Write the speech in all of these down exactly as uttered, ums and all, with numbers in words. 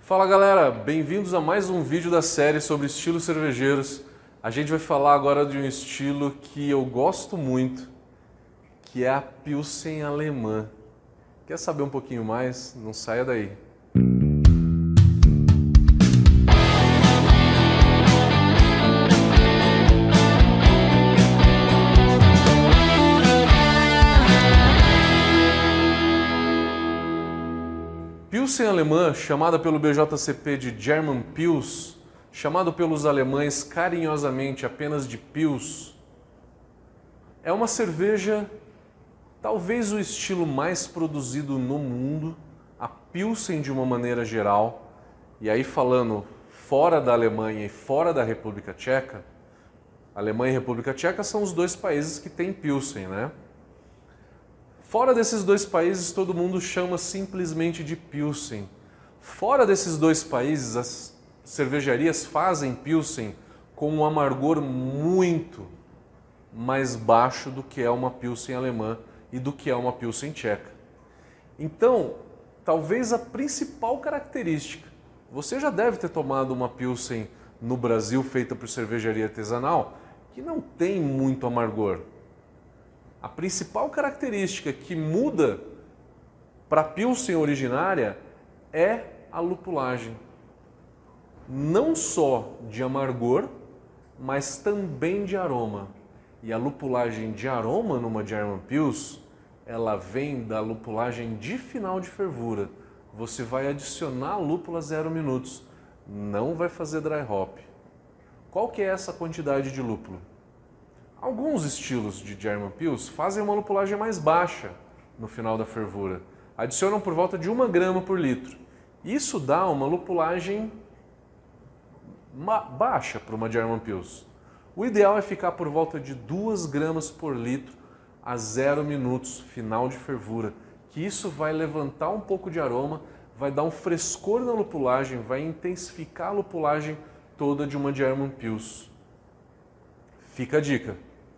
Fala galera, bem-vindos a mais um vídeo da série sobre estilos cervejeiros. A gente vai falar agora de um estilo que eu gosto muito, que é a Pilsen alemã. Quer saber um pouquinho mais? Não saia daí. Pilsen alemã, chamada pelo B J C P de German Pils, chamado pelos alemães carinhosamente apenas de Pils, é uma cerveja, talvez o estilo mais produzido no mundo, a Pilsen de uma maneira geral, e aí falando fora da Alemanha e fora da República Tcheca. Alemanha e República Tcheca são os dois países que têm Pilsen, né? Fora desses dois países, todo mundo chama simplesmente de Pilsen. Fora desses dois países, as cervejarias fazem Pilsen com um amargor muito mais baixo do que é uma Pilsen alemã e do que é uma Pilsen tcheca. Então, talvez a principal característica, você já deve ter tomado uma Pilsen no Brasil feita por cervejaria artesanal, que não tem muito amargor. A principal característica que muda para a Pilsen originária é a lupulagem. Não só de amargor, mas também de aroma. E a lupulagem de aroma numa German Pils, ela vem da lupulagem de final de fervura. Você vai adicionar lúpula zero minutos, não vai fazer dry hop. Qual que é essa quantidade de lúpulo? Alguns estilos de German Pils fazem uma lupulagem mais baixa no final da fervura. Adicionam por volta de uma grama por litro. Isso dá uma lupulagem baixa para uma German Pils. O ideal é ficar por volta de duas gramas por litro a zero minutos, final de fervura. Que isso vai levantar um pouco de aroma, vai dar um frescor na lupulagem, vai intensificar a lupulagem toda de uma German Pils. Fica a dica.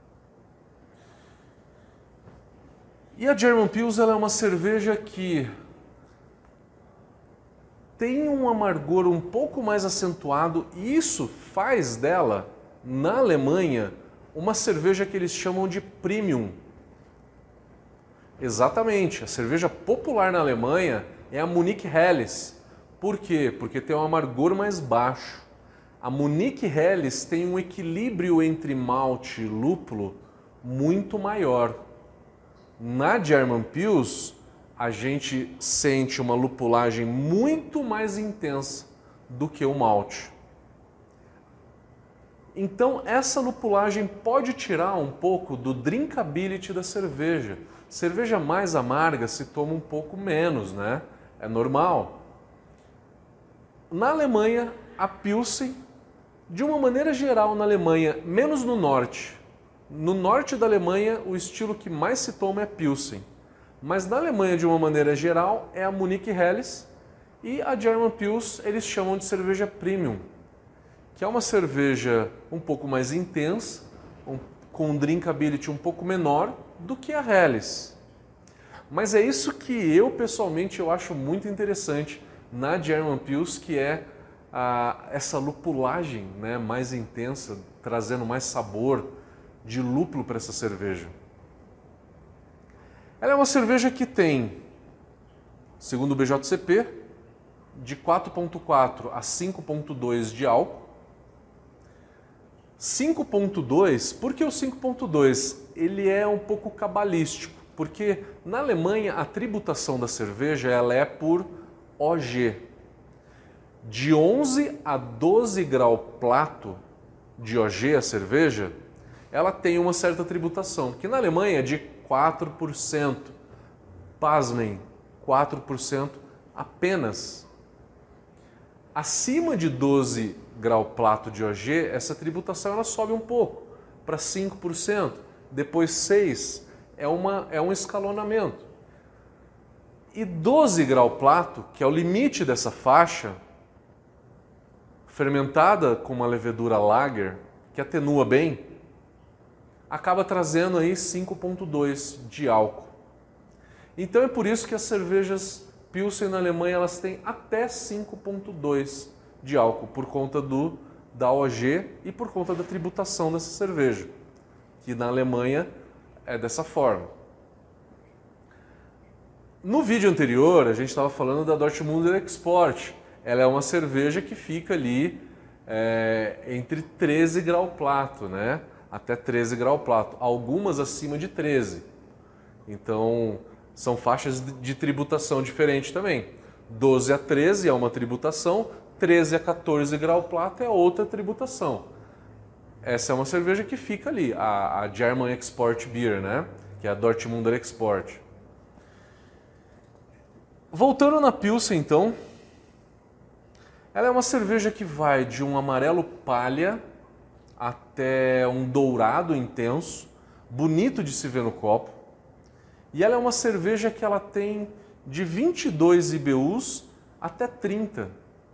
E a German Pils ela é uma cerveja que tem um amargor um pouco mais acentuado e isso faz dela, na Alemanha, uma cerveja que eles chamam de premium. Exatamente, a cerveja popular na Alemanha é a Munich Helles. Por quê? Porque tem um amargor mais baixo. A Munich Helles tem um equilíbrio entre malte e lúpulo muito maior. Na German Pils, a gente sente uma lupulagem muito mais intensa do que o malte. Então, essa lupulagem pode tirar um pouco do drinkability da cerveja. Cerveja mais amarga se toma um pouco menos, né? É normal. Na Alemanha, a Pilsen, de uma maneira geral na Alemanha, menos no norte. No norte da Alemanha, o estilo que mais se toma é Pilsen. Mas na Alemanha, de uma maneira geral, é a Munich Helles e a German Pils eles chamam de cerveja premium, que é uma cerveja um pouco mais intensa, um, com um drinkability um pouco menor do que a Helles. Mas é isso que eu, pessoalmente, eu acho muito interessante na German Pils, que é a, essa lupulagem, né, mais intensa, trazendo mais sabor de lúpulo para essa cerveja. Ela é uma cerveja que tem, segundo o B J C P, de quatro vírgula quatro a cinco vírgula dois de álcool. cinco vírgula dois, por que o cinco vírgula dois? Ele é um pouco cabalístico, porque na Alemanha a tributação da cerveja ela é por O G. De onze a doze grau Plato de O G a cerveja, ela tem uma certa tributação, que na Alemanha é de quatro por cento. Pasmem, quatro por cento apenas. Acima de doze grau Plato de O G, essa tributação ela sobe um pouco, para cinco por cento, depois seis por cento, é, uma, é um escalonamento. E doze grau Plato, que é o limite dessa faixa, fermentada com uma levedura lager, que atenua bem, acaba trazendo aí cinco vírgula dois de álcool. Então é por isso que as cervejas Pilsen na Alemanha elas têm até cinco ponto dois de álcool por conta do, da O G e por conta da tributação dessa cerveja, que na Alemanha é dessa forma. No vídeo anterior a gente estava falando da Dortmunder Export. Ela é uma cerveja que fica ali é, entre treze grau plato, né? Até treze grau plato, algumas acima de treze. Então, são faixas de tributação diferentes também. doze a treze é uma tributação, treze a quatorze grau plato é outra tributação. Essa é uma cerveja que fica ali, a, a German Export Beer, né? Que é a Dortmunder Export. Voltando na Pilsen, então, ela é uma cerveja que vai de um amarelo palha até um dourado intenso, bonito de se ver no copo. E ela é uma cerveja que ela tem de vinte e dois I B Us até trinta.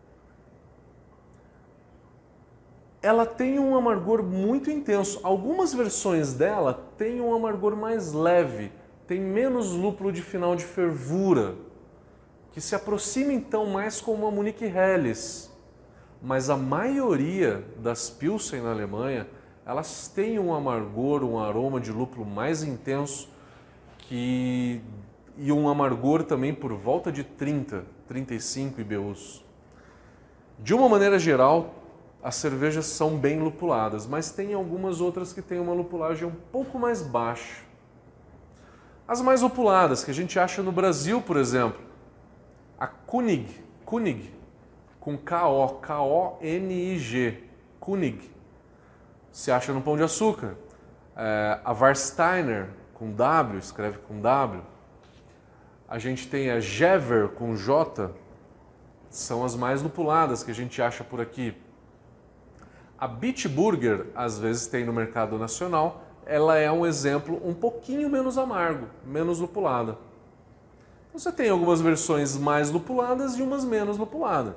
Ela tem um amargor muito intenso. Algumas versões dela têm um amargor mais leve, tem menos lúpulo de final de fervura, que se aproxima então mais com uma Munich Helles. Mas a maioria das Pilsen na Alemanha, elas têm um amargor, um aroma de lúpulo mais intenso que... e um amargor também por volta de trinta, trinta e cinco I B Us. De uma maneira geral, as cervejas são bem lupuladas, mas tem algumas outras que têm uma lupulagem um pouco mais baixa. As mais lupuladas, que a gente acha no Brasil, por exemplo, a König, König, com K O, K O N I G, König, se acha no Pão de Açúcar. É, a Warsteiner, com W, escreve com W. A gente tem a Jever, com J, são as mais lupuladas que a gente acha por aqui. A Bitburger, às vezes tem no mercado nacional, ela é um exemplo um pouquinho menos amargo, menos lupulada. Você tem algumas versões mais lupuladas e umas menos lupuladas.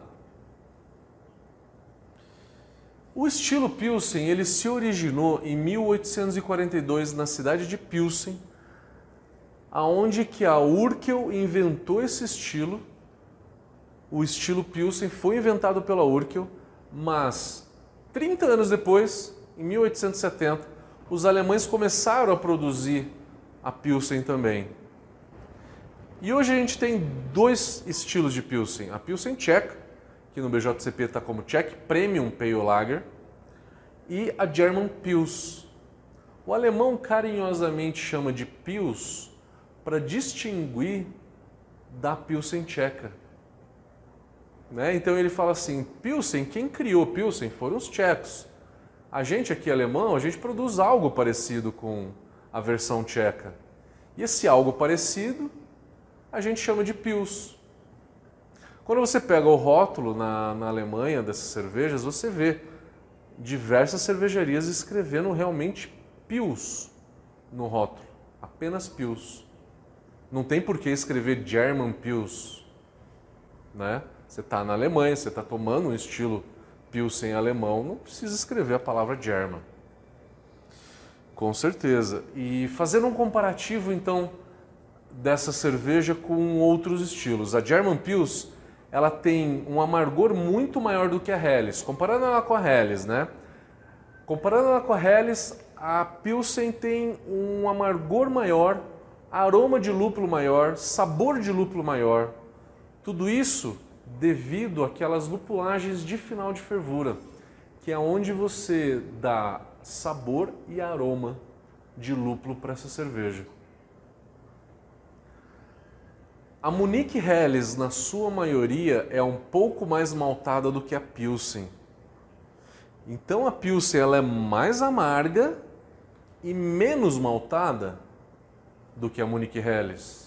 O estilo Pilsen ele se originou em mil oitocentos e quarenta e dois na cidade de Pilsen, aonde que a Urquell inventou esse estilo. O estilo Pilsen foi inventado pela Urquell, mas trinta anos depois, em mil oitocentos e setenta, os alemães começaram a produzir a Pilsen também. E hoje a gente tem dois estilos de Pilsen. A Pilsen tcheca, que no B J C P está como Czech Premium Pale Lager, e a German Pils. O alemão carinhosamente chama de Pils para distinguir da Pilsen tcheca. Né? Então ele fala assim, Pilsen, quem criou Pilsen foram os tchecos. A gente aqui alemão, a gente produz algo parecido com a versão tcheca. E esse algo parecido a gente chama de Pils. Quando você pega o rótulo na, na Alemanha dessas cervejas, você vê diversas cervejarias escrevendo realmente Pils no rótulo, apenas Pils. Não tem por que escrever German Pils, né? Você está na Alemanha, você está tomando um estilo Pilsen alemão, não precisa escrever a palavra German. Com certeza. E fazendo um comparativo, então, dessa cerveja com outros estilos. A German Pils, ela tem um amargor muito maior do que a Helles. Comparando ela com a Helles, né? Comparando ela com a Helles, a Pilsen tem um amargor maior, aroma de lúpulo maior, sabor de lúpulo maior. Tudo isso devido àquelas lupulagens de final de fervura, que é onde você dá sabor e aroma de lúpulo para essa cerveja. A Munich Helles, na sua maioria, é um pouco mais maltada do que a Pilsen. Então a Pilsen ela é mais amarga e menos maltada do que a Munich Helles.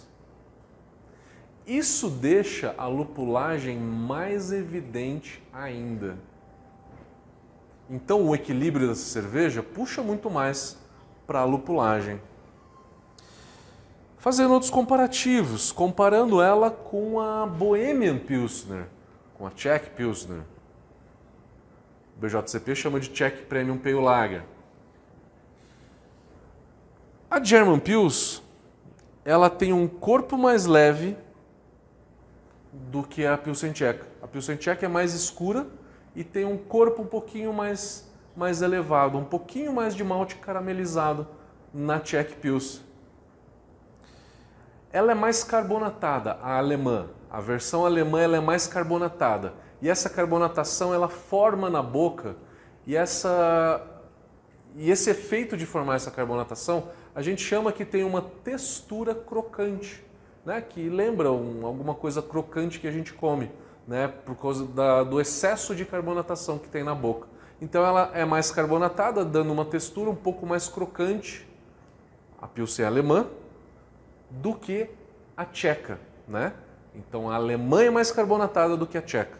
Isso deixa a lupulagem mais evidente ainda. Então o equilíbrio dessa cerveja puxa muito mais para a lupulagem. Fazendo outros comparativos, comparando ela com a Bohemian Pilsner, com a Czech Pilsner. O B J C P chama de Czech Premium Pale Lager. A German Pils, ela tem um corpo mais leve, do que a Pilsen Tcheca. A Pilsen Tcheca é mais escura e tem um corpo um pouquinho mais, mais elevado, um pouquinho mais de malte caramelizado na Czech Pilsen. Ela é mais carbonatada, a alemã. A versão alemã ela é mais carbonatada. E essa carbonatação ela forma na boca e, essa, e esse efeito de formar essa carbonatação a gente chama que tem uma textura crocante, né? Que lembra um, alguma coisa crocante que a gente come, né? Por causa da, do excesso de carbonatação que tem na boca. Então ela é mais carbonatada, dando uma textura um pouco mais crocante, a Pilsen alemã, do que a tcheca, né? Então a alemã é mais carbonatada do que a tcheca.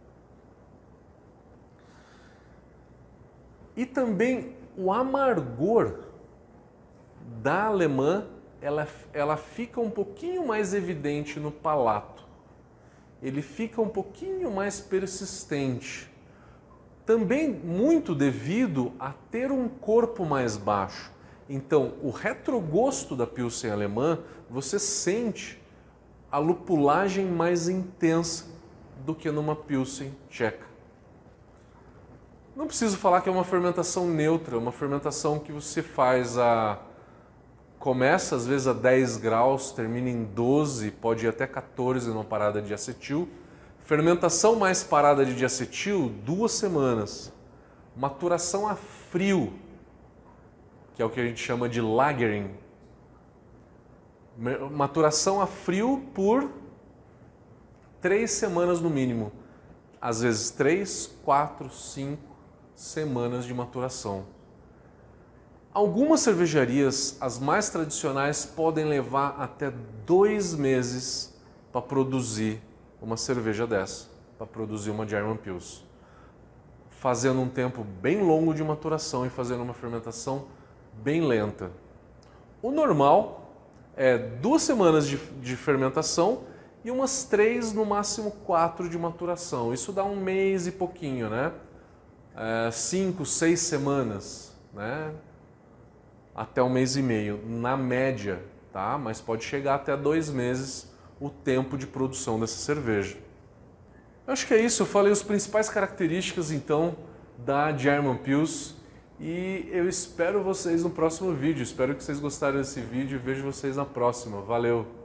E também o amargor da alemã, ela, ela fica um pouquinho mais evidente no palato. Ele fica um pouquinho mais persistente. Também muito devido a ter um corpo mais baixo. Então, o retrogosto da Pilsen alemã, você sente a lupulagem mais intensa do que numa Pilsen tcheca. Não preciso falar que é uma fermentação neutra, uma fermentação que você faz a... Começa às vezes a dez graus, termina em doze, pode ir até quatorze numa parada de acetil. Fermentação mais parada de diacetil, duas semanas. Maturação a frio, que é o que a gente chama de lagering. Maturação a frio por três semanas no mínimo. Às vezes três, quatro, cinco semanas de maturação. Algumas cervejarias, as mais tradicionais, podem levar até dois meses para produzir uma cerveja dessa, para produzir uma German Pils, fazendo um tempo bem longo de maturação e fazendo uma fermentação bem lenta. O normal é duas semanas de, de fermentação e umas três, no máximo quatro de maturação. Isso dá um mês e pouquinho, né? É, cinco, seis semanas, né? Até um mês e meio, na média, tá? Mas pode chegar até dois meses o tempo de produção dessa cerveja. Eu acho que é isso, eu falei as principais características então da German Pils e eu espero vocês no próximo vídeo. Espero que vocês gostaram desse vídeo e vejo vocês na próxima. Valeu!